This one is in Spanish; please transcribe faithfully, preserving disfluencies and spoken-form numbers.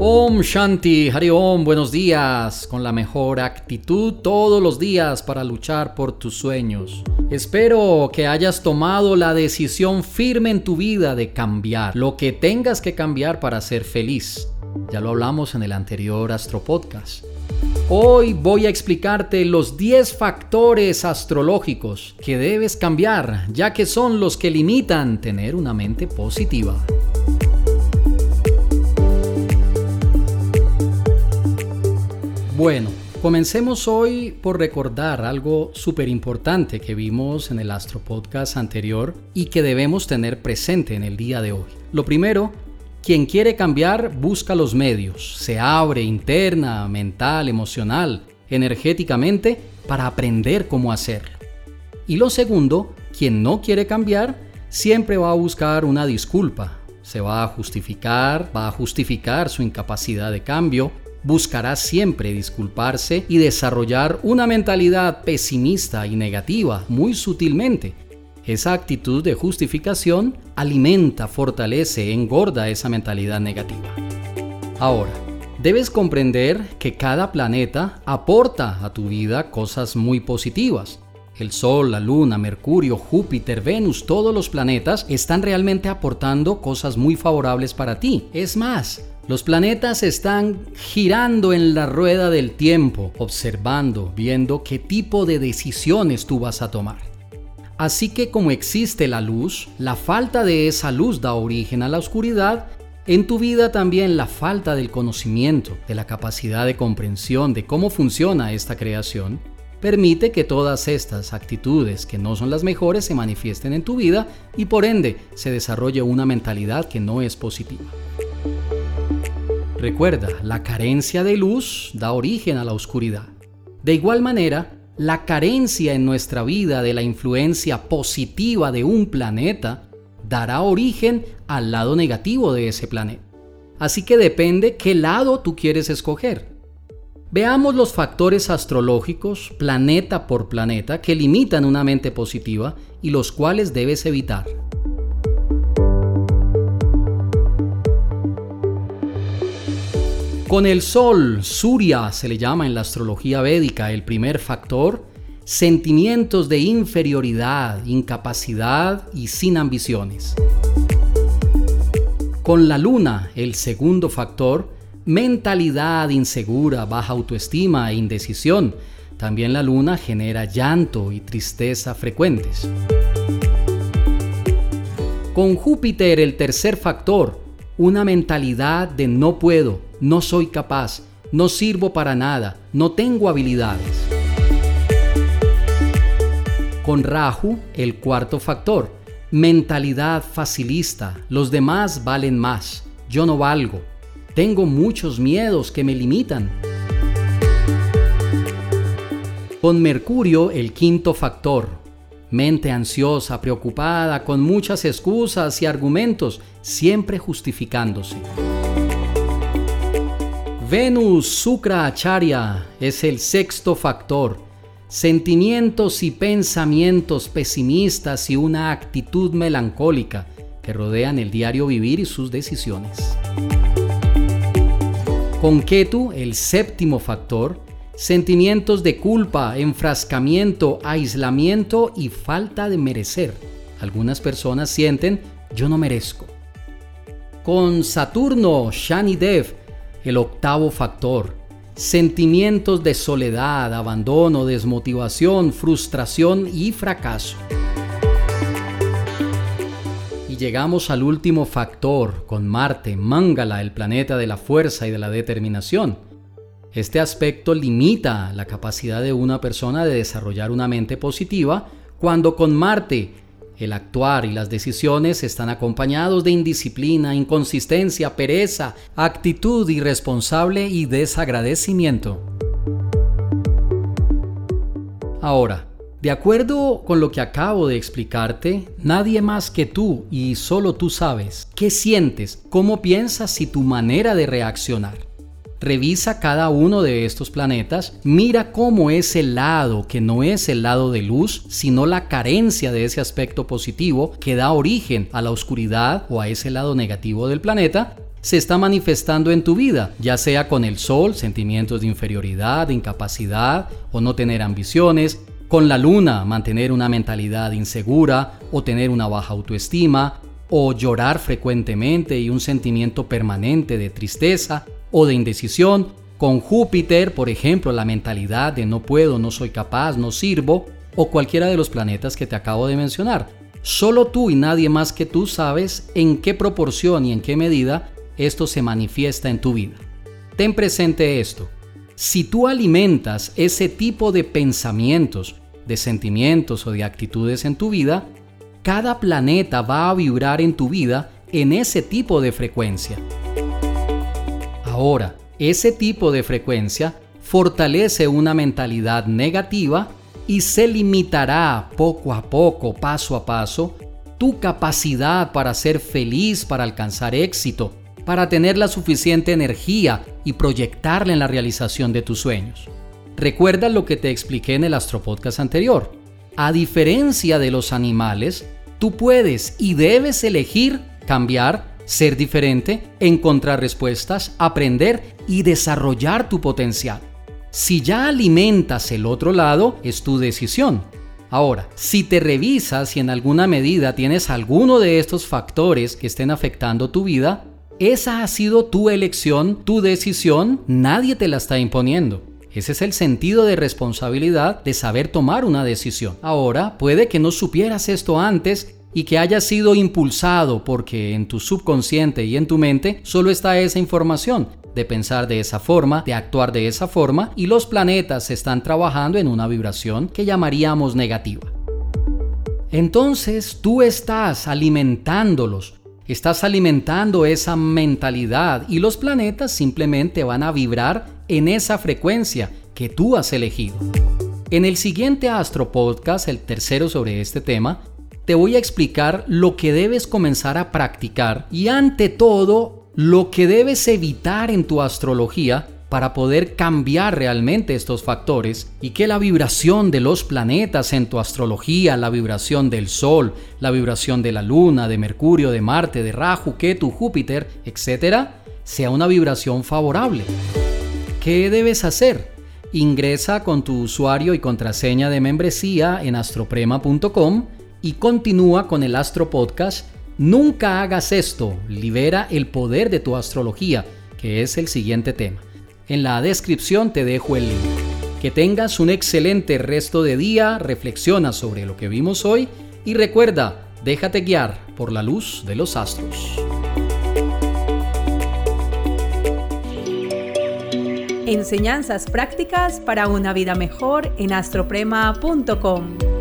Om Shanti, Hari Om, buenos días, con la mejor actitud todos los días para luchar por tus sueños. Espero que hayas tomado la decisión firme en tu vida de cambiar lo que tengas que cambiar para ser feliz. Ya lo hablamos en el anterior Astro Podcast. Hoy voy a explicarte los diez factores astrológicos que debes cambiar, ya que son los que limitan tener una mente positiva. Bueno, comencemos hoy por recordar algo súper importante que vimos en el Astro Podcast anterior y que debemos tener presente en el día de hoy. Lo primero, quien quiere cambiar busca los medios, se abre interna, mental, emocional, energéticamente para aprender cómo hacerlo. Y lo segundo, quien no quiere cambiar siempre va a buscar una disculpa, se va a justificar, va a justificar su incapacidad de cambio, buscará siempre disculparse y desarrollar una mentalidad pesimista y negativa muy sutilmente. Esa actitud de justificación alimenta, fortalece, engorda esa mentalidad negativa. Ahora, debes comprender que cada planeta aporta a tu vida cosas muy positivas. El Sol, la Luna, Mercurio, Júpiter, Venus, todos los planetas están realmente aportando cosas muy favorables para ti. Es más, los planetas están girando en la rueda del tiempo, observando, viendo qué tipo de decisiones tú vas a tomar. Así que como existe la luz, la falta de esa luz da origen a la oscuridad. En tu vida también la falta del conocimiento, de la capacidad de comprensión de cómo funciona esta creación, permite que todas estas actitudes que no son las mejores se manifiesten en tu vida y por ende se desarrolle una mentalidad que no es positiva. Recuerda, la carencia de luz da origen a la oscuridad. De igual manera, la carencia en nuestra vida de la influencia positiva de un planeta dará origen al lado negativo de ese planeta. Así que depende qué lado tú quieres escoger. Veamos los factores astrológicos, planeta por planeta, que limitan una mente positiva y los cuales debes evitar. Con el Sol, Surya se le llama en la astrología védica, el primer factor, sentimientos de inferioridad, incapacidad y sin ambiciones. Con la Luna, el segundo factor, mentalidad insegura, baja autoestima e indecisión. También la Luna genera llanto y tristeza frecuentes. Con Júpiter, el tercer factor, una mentalidad de no puedo, no soy capaz, no sirvo para nada, no tengo habilidades. Con Rahu, el cuarto factor, mentalidad facilista, los demás valen más, yo no valgo, tengo muchos miedos que me limitan. Con Mercurio, el quinto factor, mente ansiosa, preocupada, con muchas excusas y argumentos, siempre justificándose. Venus, Shukra, Acharya es el sexto factor. Sentimientos y pensamientos pesimistas y una actitud melancólica que rodean el diario vivir y sus decisiones. Con Ketu, el séptimo factor, sentimientos de culpa, enfrascamiento, aislamiento y falta de merecer. Algunas personas sienten, yo no merezco. Con Saturno, Shanidev, el octavo factor, sentimientos de soledad, abandono, desmotivación, frustración y fracaso. Y llegamos al último factor, con Marte, Mangala, el planeta de la fuerza y de la determinación. Este aspecto limita la capacidad de una persona de desarrollar una mente positiva cuando con Marte el actuar y las decisiones están acompañados de indisciplina, inconsistencia, pereza, actitud irresponsable y desagradecimiento. Ahora, de acuerdo con lo que acabo de explicarte, nadie más que tú y solo tú sabes qué sientes, cómo piensas y tu manera de reaccionar. Revisa cada uno de estos planetas, mira cómo es el lado que no es el lado de luz, sino la carencia de ese aspecto positivo que da origen a la oscuridad o a ese lado negativo del planeta, se está manifestando en tu vida, ya sea con el sol, sentimientos de inferioridad, de incapacidad o no tener ambiciones, con la luna, mantener una mentalidad insegura o tener una baja autoestima, o llorar frecuentemente y un sentimiento permanente de tristeza o de indecisión, con Júpiter, por ejemplo, la mentalidad de no puedo, no soy capaz, no sirvo, o cualquiera de los planetas que te acabo de mencionar. Solo tú y nadie más que tú sabes en qué proporción y en qué medida esto se manifiesta en tu vida. Ten presente esto. Si tú alimentas ese tipo de pensamientos, de sentimientos o de actitudes en tu vida, cada planeta va a vibrar en tu vida en ese tipo de frecuencia. Ahora, ese tipo de frecuencia fortalece una mentalidad negativa y se limitará poco a poco, paso a paso, tu capacidad para ser feliz, para alcanzar éxito, para tener la suficiente energía y proyectarla en la realización de tus sueños. Recuerda lo que te expliqué en el Astropodcast anterior. A diferencia de los animales, tú puedes y debes elegir cambiar, ser diferente, encontrar respuestas, aprender y desarrollar tu potencial. Si ya alimentas el otro lado, es tu decisión. Ahora, si te revisas y en alguna medida tienes alguno de estos factores que estén afectando tu vida, esa ha sido tu elección, tu decisión, nadie te la está imponiendo. Ese es el sentido de responsabilidad de saber tomar una decisión. Ahora, puede que no supieras esto antes y que hayas sido impulsado porque en tu subconsciente y en tu mente solo está esa información de pensar de esa forma, de actuar de esa forma, y los planetas están trabajando en una vibración que llamaríamos negativa. Entonces tú estás alimentándolos, estás alimentando esa mentalidad y los planetas simplemente van a vibrar en esa frecuencia que tú has elegido. En el siguiente Astro Podcast, el tercero sobre este tema, te voy a explicar lo que debes comenzar a practicar y ante todo lo que debes evitar en tu astrología para poder cambiar realmente estos factores y que la vibración de los planetas en tu astrología, la vibración del Sol, la vibración de la Luna, de Mercurio, de Marte, de Rahu, Ketu, Júpiter, etcétera, sea una vibración favorable. ¿Qué debes hacer? Ingresa con tu usuario y contraseña de membresía en astroprema punto com y continúa con el Astro Podcast. Nunca hagas esto, libera el poder de tu astrología, que es el siguiente tema. En la descripción te dejo el link. Que tengas un excelente resto de día, reflexiona sobre lo que vimos hoy y recuerda, déjate guiar por la luz de los astros. Enseñanzas prácticas para una vida mejor en astroprema punto com.